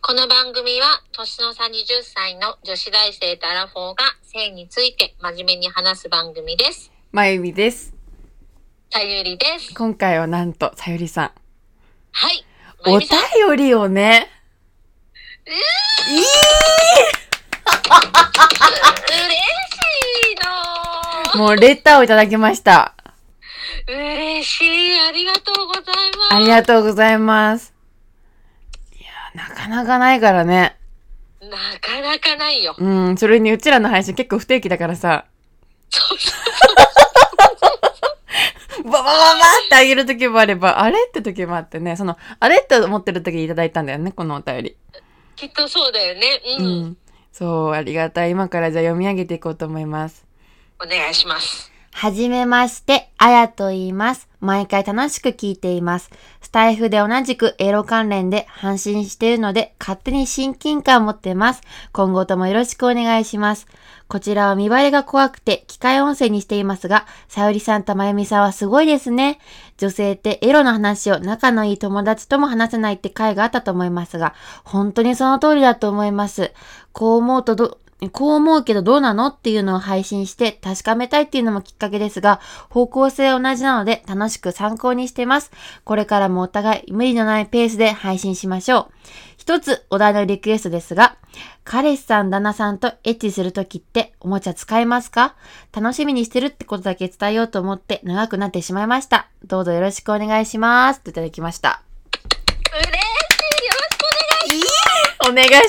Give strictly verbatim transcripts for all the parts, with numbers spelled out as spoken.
この番組は年の差はたちの女子大生とアラフォーが性について真面目に話す番組です。 まゆみです。 さゆりです。 今回はなんとさゆりさん、 はい、 お便りをね、 うーいい嬉しいの。 もうレターをいただきました。 嬉しい、ありがとうございます。 ありがとうございます。いや、なかなかないからね。 なかなかないよ。 うん、それにうちらの配信結構不定期だからさ。 そうそうババババってあげる時もあれば、あれって時もあってね、その、あれって思ってる時にいただいたんだよね、このお便り。 きっとそうだよね。うん。うん、 そう、ありがたい。今からじゃあ読み上げていこうと思います。 お願いします。 はじめまして、あやと言います。毎回楽しく聞いています。スタイフで同じくエロ関連で配信しているので、勝手に親近感を持ってます。今後ともよろしくお願いします。こちらは見栄えが怖くて機械音声にしていますが、さゆりさんとまゆみさんはすごいですね。女性ってエロの話を仲のいい友達とも話せないって回があったと思いますが、本当にその通りだと思います。こう思うとど、こう思うけどどうなのっていうのを配信して確かめたいっていうのもきっかけですが、方向性は同じなので楽しく参考にしてます。これからもお互い無理のないペースで配信しましょう。一つお題のリクエストですが、彼氏さん旦那さんとエッチするときっておもちゃ使いますか？楽しみにしてるってことだけ伝えようと思って長くなってしまいました。どうぞよろしくお願いします。といただきました。 嬉しい、よろしくお願いします。お願いします。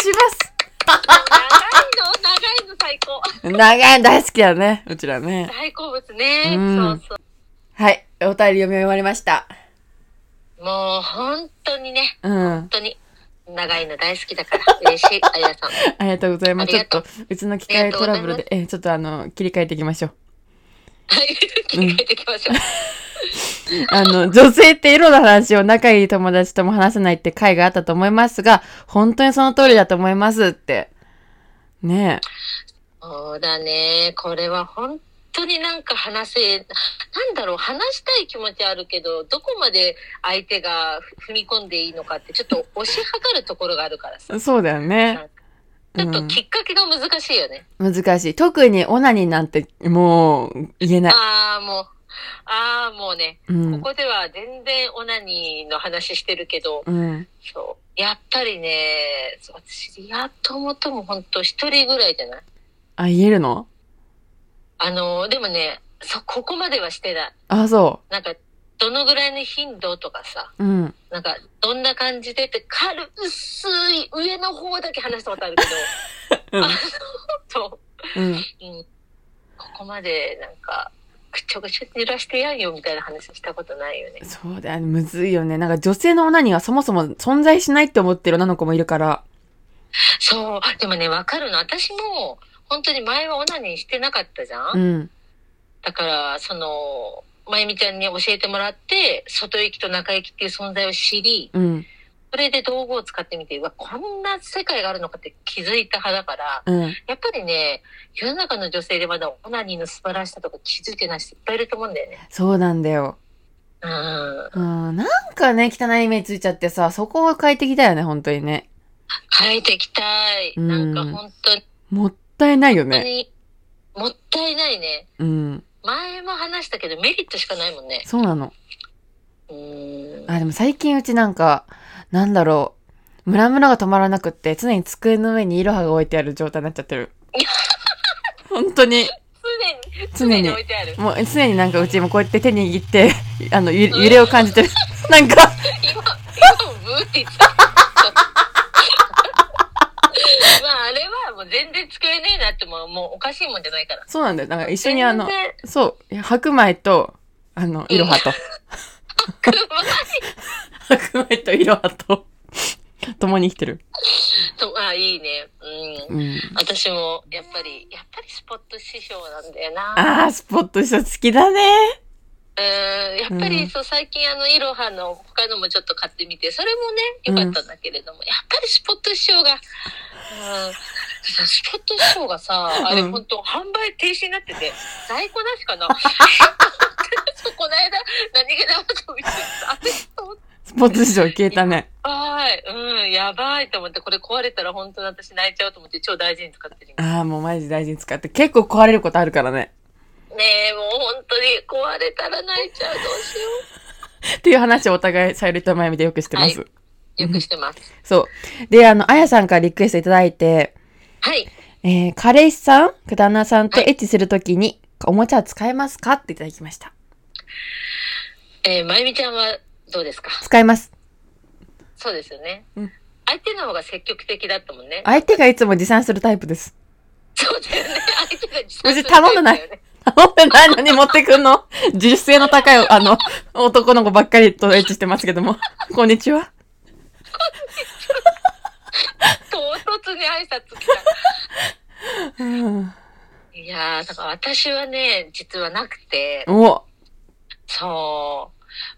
長いの、長いの最高。 長い大好きだね、うちらね。 大好物ね。 うん、 そうそう。 はい、お便り読み終わりました。 もう本当にね、 うん、 本当に長いの大好きだから嬉しい。あやさん。 ありがとうございます。ちょっとうちの機械トラブルで、えちょっとあの切り替えていきましょう。 はい、切り替えていきましょう。 うん、あの女性ってエロの話を仲いい友達とも話せないって回があったと思いますが、本当にその通りだと思いますってね。 そうだね。これは本当になんか話せ、なんだろう、話したい気持ちあるけど、どこまで相手が踏み込んでいいのかってちょっと推し量るところがあるからさ。 そうだよね。 ちょっときっかけが難しいよね。 うん、難しい。特にオナニーなんてもう言えない。 ああ、もう。ああ、もうね、 うん、 ここでは全然オナニーの話してるけど、 うん、 そう。やっぱりね、私、やっともともほんと一人ぐらいじゃない？ あ、言えるの？ あの、でもね、そ、ここまではしてない。 あ、そう。 なんか、どのぐらいの頻度とかさ、 うん、 なんか、どんな感じでって、軽薄い上の方だけ話したことあるけど、うん、あの、そう、うん、うん。ここまでなんか、くちょくちょって揺らしてやんよみたいな話したことないよね。 そうだよね、むずいよね。なんか女性のオナニーはそもそも存在しないって思ってる女の子もいるから。 そう、でもね、わかるの。私も、本当に前はオナニーしてなかったじゃん？ うん。 だから、その、まゆみちゃんに教えてもらって、外行きと中行きっていう存在を知り、 うん。 それで道具を使ってみて、うわ、こんな世界があるのかって気づいた派だから、 うん、 やっぱりね、世の中の女性でまだオナニーの素晴らしさとか気づいてない人いっぱいいると思うんだよね。 そうなんだよ。 うん。 うん、なんかね、汚いイメージついちゃってさ、そこを変えてきたよね、本当にね。 変えていきたい。うん、なんか本当に。 もったいないよね。 もったいないね。 うん。 前も話したけどメリットしかないもんね。 そうなの。 うーん。 あ、でも最近うちなんか、なんだろう。ムラムラが止まらなくって、常に机の上にイロハが置いてある状態になっちゃってる。本当に。 常に、常に置いてある。 もう常になんかうちもこうやって手握って、あの、ゆ揺れを感じてる。なんか。 今、今もブーって言ってた。まああれはもう全然机ねえなってももうおかしいもんじゃないから。 そうなんだよ。なんか一緒にあの、そう、白米と、あの、イロハと。 白米白米とイロハと、共に生きてる。 と、あ、いいね。うん。うん、私も、やっぱり、やっぱりスポット師匠なんだよな。 ああ、スポット師匠好きだね。 うん、やっぱり、そう、最近あの、イロハの他のもちょっと買ってみて、それもね、良かったんだけれども、うん、やっぱりスポット師匠が、うん、スポット師匠がさ、あれ本当、うん、販売停止になってて、在庫なしかな。そうこの間、何気なく見てあれスポット師匠消えたね。 あばい。うん、やばいと思って、これ壊れたら本当に私泣いちゃうと思って超大事に使ってる。 ああ、もうマジ大事に使って。結構壊れることあるからね。 ねえ、もう本当に壊れたら泣いちゃう。どうしよう。っていう話をお互いさゆりとまゆみでよくしてます。はい、 よくしてます。 そう。で、あの、あやさんからリクエストいただいて、 はい。 えー、彼氏さん、旦那さんとエッチするときに、はい、おもちゃは使えますかっていただきました。 えー、まゆみちゃんはどうですか？ 使います。 そうですよね。 うん。 相手の方が積極的だったもんね。 相手がいつも持参するタイプです。 そうだよね。相手が持参するタイプだよね。 うち頼んでない。頼んでないのに持ってくんの。自主性の高い、あの、男の子ばっかりとエッチしてますけども。こんにちは。こんにちは。唐突に挨拶来た。うん、いやー、だから私はね、実はなくて。 おそう。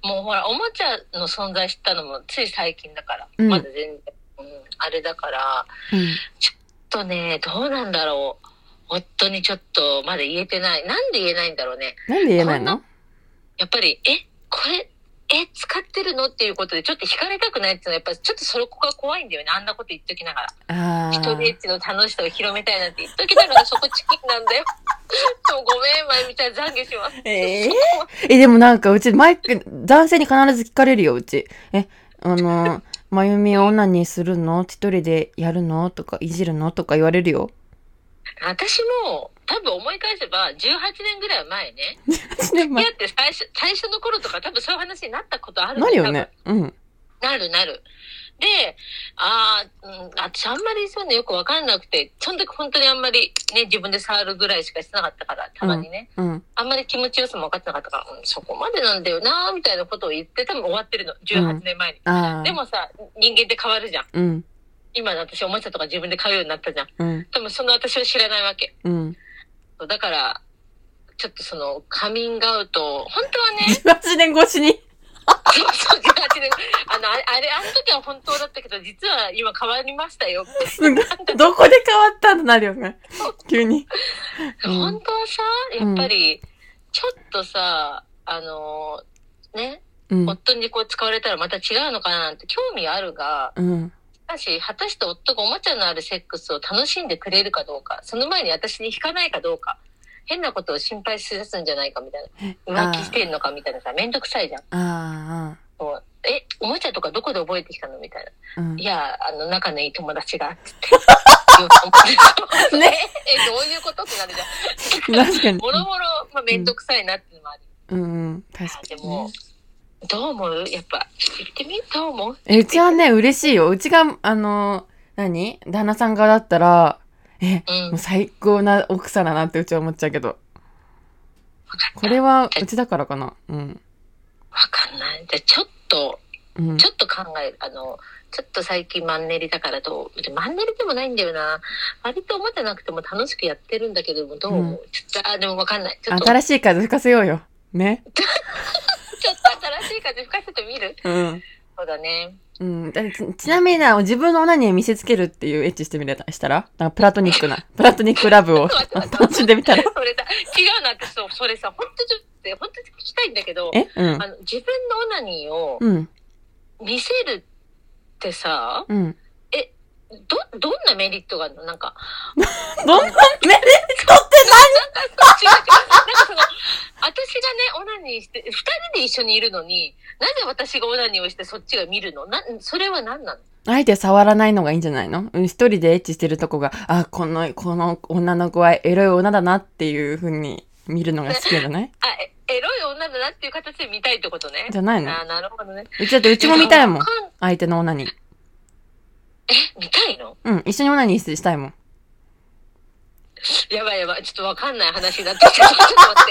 もうほら、おもちゃの存在知ったのもつい最近だから。 うん、 まだ全然、うん、あれだから、うん、ちょっとね、どうなんだろう。夫にちょっとまだ言えてない。なんで言えないんだろうね。 なんで言えないの？ やっぱり、え、これ、え、使ってるのっていうことでちょっと惹かれたくないっていうのはやっぱちょっとそこが怖いんだよね。あんなこと言っときながら。一人エッチの楽しさを広めたいなんて言っときながらそこチキンなんだよ。もうごめん、まゆみちゃん懺悔します。 えー、え、でもなんかうちマイク、男性に必ず聞かれるよ、うち。え、あの、まゆみオナニーするの？一人でやるの？とか、いじるの？とか言われるよ。 私も多分思い返せばじゅうはちねんぐらい前ね。 じゅうはちねんまえ。 付き合って最初、最初の頃とか多分そういう話になったことあるんだよ。なるよね。うん。 なるなる。で、ああ、うん、私あんまりそういうのよくわかんなくて、その時本当にあんまりね、自分で触るぐらいしかしてなかったから、たまにね。 うんうん、 あんまり気持ちよさも分かってなかったから、うん、そこまでなんだよなーみたいなことを言って多分終わってるの。じゅうはちねんまえに。うん、でもさ、人間って変わるじゃん。 うん、 今の私おもちゃとか自分で買うようになったじゃん。 うん、 多分その私は知らないわけ。 うん、 だから、ちょっとそのカミングアウト、本当はね。 じゅうはちねん越しにそうそう、じゅうはちねん。あの、あれ、あれ、あの時は本当だったけど、実は今変わりましたよ。 どこで変わったんだなるよね。急に。 本当はさ、やっぱり、ちょっとさ、あの、ね、うん、夫にこう使われたらまた違うのかななんて興味あるが、うん、しかし、果たして夫がおもちゃのあるセックスを楽しんでくれるかどうか、その前に私に引かないかどうか、変なことを心配しだすんじゃないかみたいな。浮気してんのかみたいなさ、めんどくさいじゃん。 ああ。え、おもちゃとかどこで覚えてきたのみたいな。うん、いや、あの、仲のいい友達が、つって。ね、え、どういうことってなるじゃん。確かに。もろもろ、まあ、めんどくさいなっていうのもある。 うん、うん、確かに、ね。 でも、どう思う？やっぱ、言ってみ？どう思う？ え、うちはね、嬉しいよ。うちが、あの、何？旦那さん側だったら、え、うん、もう最高な奥さんだなってうちは思っちゃうけど。これはうちだからかな。うん。 わかんない。じゃちょっと、うん、ちょっと考える。あの、ちょっと最近マンネリだからどう、マンネリでもないんだよな。割と思ってなくても楽しくやってるんだけども、どう思う？うん、ちょっと、あ、でもわかんない。ちょっと新しい風吹かせようよ。ね。 ちょっと新しい風吹かせてみる？うん。そうだね。 うん。だち、ちなみにな、自分のオナニーを見せつけるっていうエッチしてみれたしたらなんかプラトニックな、プラトニックラブを楽しんでみたら。 それさ、違うなって、そう、それさ、本当ちょっと、本当に聞きたいんだけど、 え、うん、 あの自分のオナニーを見せるってさ、 うん、 え、ど、どんなメリットがあるの？なんか。 どんなメリットって何？なんか違う違う。なんかその、私がね、オナニーして、二人で一緒にいるのに、なぜ私がオナニーをしてそっちが見るの？な、それは何なの？ あえて触らないのがいいんじゃないの？一人でエッチしてるとこが、あ、この、この女の子はエロい女だなっていう風に見るのが好きじゃない？ あ、エロい女だなっていう形で見たいってことね。 じゃないの？ あ、なるほどね。 うちだってうちも見たいもん。相手のオナニー。 え、見たいの？ うん、一緒にオナニーしたいもん。 やばいやばい、ちょっとわかんない話になってきた。ちょっと待って。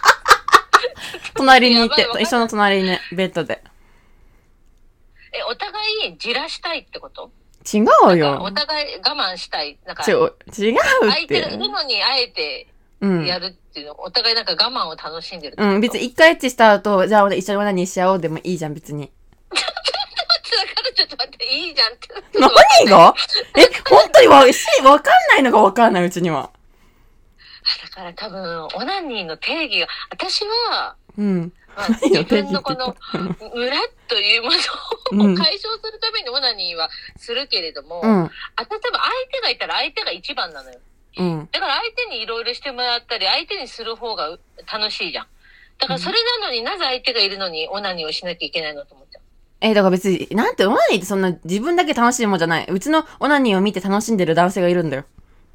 隣にいて、一緒の隣にね、ベッドで。 え、お互いじらしたいってこと？ 違うよ。 お互い我慢したい。なんか違うって。 相手がいるのにあえてやるっていうの、うん、お互いなんか我慢を楽しんでるってこと。 うん、別に一回エッチした後、じゃあ一緒にオナニーしちゃおうでもいいじゃん、別に。 ちょっと待って、ちょっと待って、いいじゃんって。 何が？え、本当にわ、し、わかんないのがわかんない、うちには。 だから多分、オナニーの定義が、私は、 うん。 まあ、自分のこのムラっというものを解消するためにオナニーはするけれども、うん、あ例えば相手がいたら相手が一番なのよ。うん、だから相手にいろいろしてもらったり、相手にする方が楽しいじゃん。だからそれなのに、うん、なぜ相手がいるのにオナニーをしなきゃいけないのと思っちゃう。 えー、だから別に、なんてオナニーってそんな自分だけ楽しいもんじゃない。うちのオナニーを見て楽しんでる男性がいるんだよ。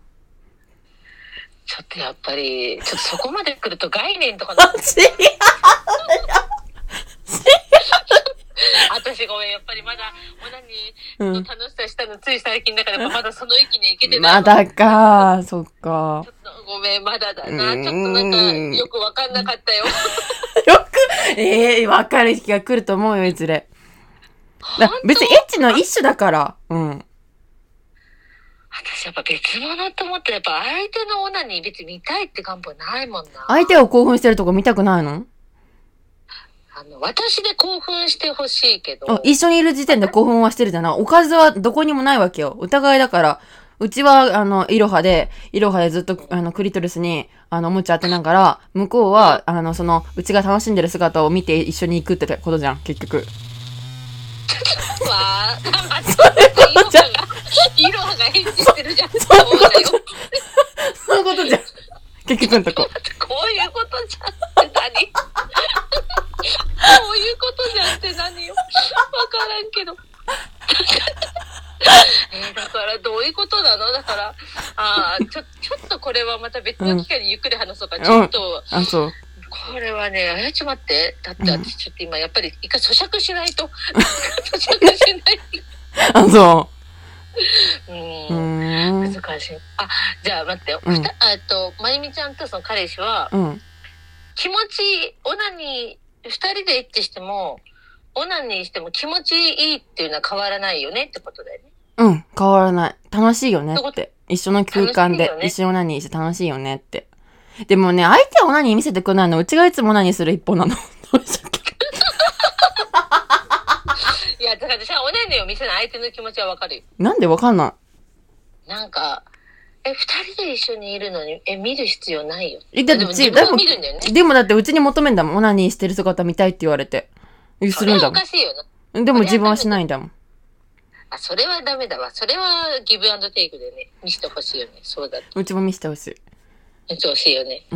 ちょっとやっぱり、ちょっとそこまで来ると概念とかなって私ごめん、やっぱりまだオナニーの楽しさしたの、うん、つい最近だからまだその域に行けてない。 まだか、そっか。 ちょっとごめん、まだだな。ちょっとなんかよくわかんなかったよ。 よく、ええー、わかる日が来ると思うよ、いずれ。だ別にエッチの一種だから。うん。 私やっぱ別物と思ってやっぱ相手のオナニー別に見たいって願望ないもんな。 相手を興奮してるとこ見たくないの？ あの私で興奮してほしいけど。 一緒にいる時点で興奮はしてるじゃな。おかずはどこにもないわけよ。お互いだから。うちは、あの、イロハで、イロハでずっと、あの、クリトリスに、あの、おもちゃ当てながら、向こうは、あの、その、うちが楽しんでる姿を見て一緒に行くってことじゃん、結局。 わあ、待って、イロハが、イロハが返事してるじゃん。そうだよ。 そういうことじゃん。結局のとこ。 こういうことじゃんって何こういうことじゃんって何よ。わからんけど。えー、だからどういうことなの？だからあちょちょっとこれはまた別の機会にゆっくり話そうか、うん、ちょっと、 うん、あそうこれはね、あやちょっと待って、だって私ちょっと今やっぱり一回咀嚼しないと咀嚼しないあそううん難しい。あじゃあ待ってよ、うん、ふたあとまゆみちゃんとその彼氏は、うん、気持ちオナニーふたりでエッチしてもオナニーしても気持ちいいっていうのは変わらないよねってことだよね。 うん、変わらない。楽しいよねって。一緒の空間で、ね、一緒にオナニーして楽しいよねって。でもね、相手はオナニー見せてくれないの、うちがいつもオナニーする一方なの。 いや、だから私はオナニーを見せない相手の気持ちはわかるよ。 なんでわかんない？ なんか、え、二人で一緒にいるのに、え、見る必要ないよ。 え、だって、 でも自分は見るんだよね。 でもだってうちに求めんだもん。オナニーしてる姿見たいって言われて。するんだもん。 それはおかしいよな。 でも自分はしないんだもん。 あ、それはダメだわ。それはギブアンドテイクでね、見せてほしいよね。そうだと。 うちも見せてほしい。 見せてほしいよね。 うん。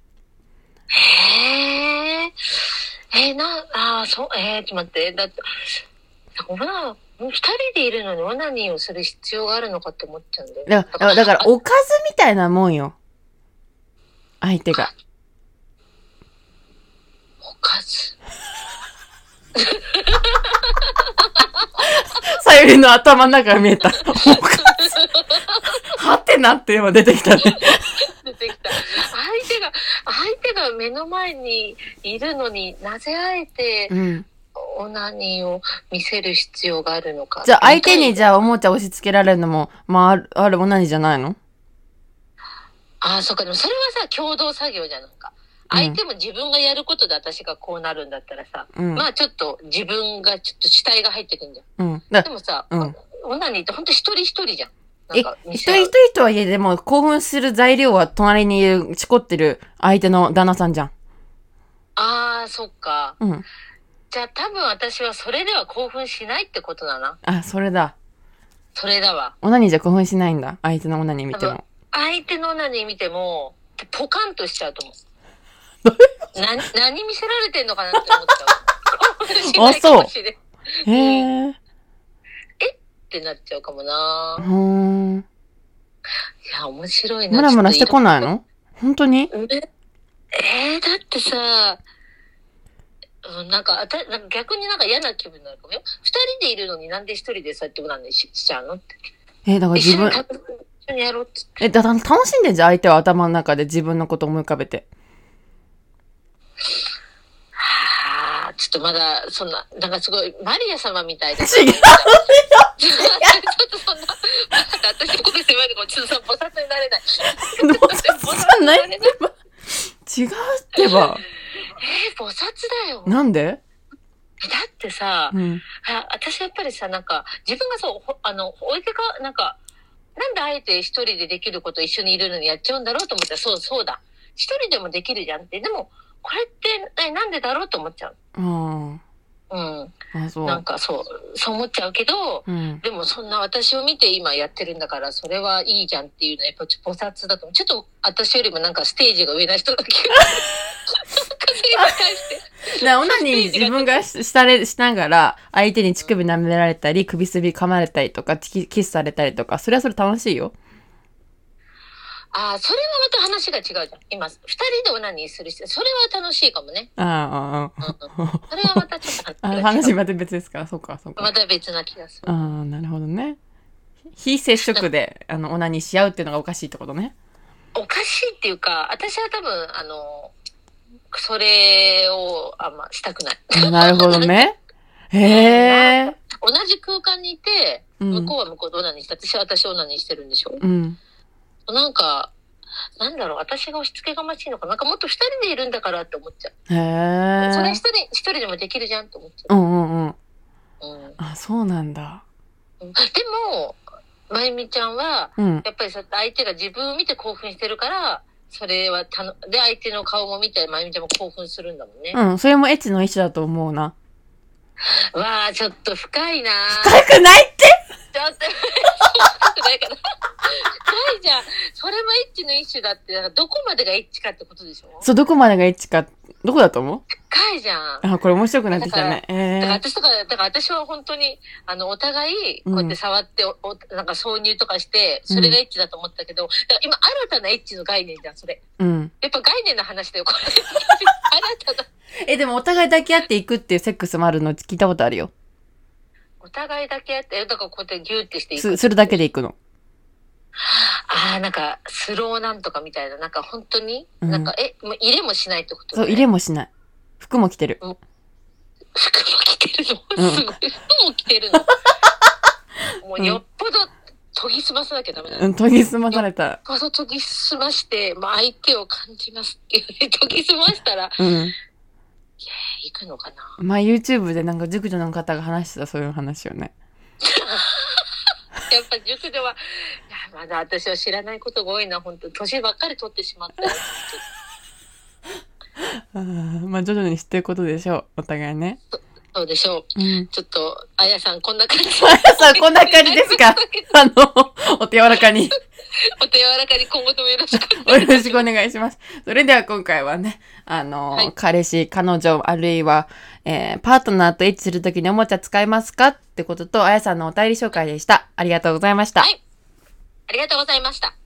へえ。えー、な、あ、そう、えー、ちょっと待って。だって、オナ、二人でいるのにオナニーをする必要があるのかって思っちゃうんだよ。 だから、だからおかずみたいなもんよ。相手が。 おかず。 さゆりの頭の中が見えた。はてなって今出てきたね。 出てきた。相手が、相手が目の前にいるのになぜあえて、うん、オナニーを見せる必要があるのか。 じゃあ相手にじゃあおもちゃ押し付けられるのも、まあある、あるオナニーじゃないの？ ああ、そっか。でもそれはさ、共同作業じゃんなんか。相手も自分がやることで私がこうなるんだったらさ、うん、まあちょっと自分がちょっと主体が入ってくんじゃん。うん、でもさ、うん、オナニーってほんと一人一人じゃん。なんかえ、一人一人とはいえでも興奮する材料は隣にいる、しこってる相手の旦那さんじゃん。 ああ、そっか。うん。じゃあ多分私はそれでは興奮しないってことだな。 あ、それだ。それだわ。 オナニーじゃ興奮しないんだ。相手のオナニー見ても。 相手のオナニー見ても、ポカンとしちゃうと思う。な何見せられてんのかなって思っちゃう。あ、そう。へえ。えってなっちゃうかもな。うん。いや、面白いな。 ムラムラしてこないの？本当に？ え、えー、だってさ、うん、なんか、あたなんか逆になんか嫌な気分になるかもよ。二人でいるのになんで一人でそうやってオナニーしちゃうのって。 えー、だから自分。 一緒にやろうって。 え、だから楽しんでんじゃん、相手は頭の中で自分のこと思い浮かべて。 はあ、ちょっとまだ、そんな、なんかすごい、マリア様みたいだ。違うよ。ちょっとそんな、まさか私ここで狭いとこちょっとさ、菩薩になれない。 菩薩じゃないってば。違うってば。 えー、菩薩だよ。 なんで？ だってさ、うん、私やっぱりさ、なんか、自分がそう、あの、置いてか、なんか、なんであえて一人でできること一緒にいるのにやっちゃうんだろうと思ったら、そうそうだ。一人でもできるじゃんって。でも、 これってなんでだろうと思っちゃう。 うん。 うん。 あ、そう。 なんかそう、そう思っちゃうけど、 うん、 でもそんな私を見て今やってるんだから、それはいいじゃんっていうのはやっぱちょっと菩薩だと思う。ちょっと私よりもなんかステージが上な人だけど。 な、オナニー自分がしたれ、しながら、相手に乳首舐められたり、首すび噛まれたりとか、キキスされたりとか、それはそれ楽しいよ。 ああ、それはまた話が違うじゃん。今、二人でオナニーする人、それは楽しいかもね。 ああ、 うん、それはまたちょっと話が違う。話また別ですか。そうか、そうか。 また別な気がする。 ああ、なるほどね。非接触で、あの、オナニーし合うっていうのがおかしいってことね。 おかしいっていうか、私は多分、あの、それをあんましたくない。 なるほどね。へえ。 同じ空間にいて、向こうは向こうでオナニーして、私は私オナニーしてるんでしょ。うん。なんか、なんだろう、私が押し付けがましいのか、なんかもっと二人でいるんだからって思っちゃう。へえ。それ一人、一人でもできるじゃんって思っちゃう。うんうんうん。うん。 あ、そうなんだ。 でも、まゆみちゃんは、うん、やっぱり相手が自分を見て興奮してるから、それはたの、で、相手の顔も見て、まゆみちゃんも興奮するんだもんね。 うん、それもエッチの一種だと思うな。 わあ、ちょっと深いな。 深くないってちょっと、深くないかな。深いじゃん。それもエッチの一種だって、だからどこまでがエッチかってことでしょ。 そう、どこまでがエッチか、どこだと思う？ 深いじゃん。 あ、これ面白くなってきたね。 だから、えー、だから私とか、だから私は本当に、あの、お互い、こうやって触って、うん、おなんか挿入とかして、それがエッチだと思ったけど、うん、だから今、新たなエッチの概念じゃん、それ。うん。やっぱ概念の話だよ、これ。新たな。 え、でもお互い抱き合っていくっていうセックスもあるの聞いたことあるよ。 お互い抱き合って、だからこうやってギューってしていく。 す、するだけでいくの。 ああ、なんか、スローなんとかみたいな、なんか本当に、うん、なんか、え、もう入れもしないってこと、 ね、そう、入れもしない。服も着てる。 服も着てるの、うん、すごい。服も着てるの。もうよっぽど研ぎ澄まさなきゃダメだ、ね。 うん、研ぎ澄まされた。よっぽど研ぎ澄まして、まあ、相手を感じますっていう、ね、研ぎ澄ましたら、うん。いや、行くのかな。 まあ、YouTube でなんか熟女の方が話してたそういう話よね。 やっぱ熟女は、いや、まだ私は知らないことが多いな、本当年ばっかり取ってしまったよ。 あまあ徐々に知ってることでしょう、お互いね。 そ, そうでしょう、うん、ちょっとあやさんこんな感じ。 あやさんこんな感じですか。あのお手柔らかにお手柔らかに今後ともよろしくおよろしくお願いします。それでは今回はね、あの、はい、彼氏彼女あるいは、えー、パートナーとエッチするときにおもちゃ使いますかってことと、あやさんのお便り紹介でした。ありがとうございました。 はい、ありがとうございました。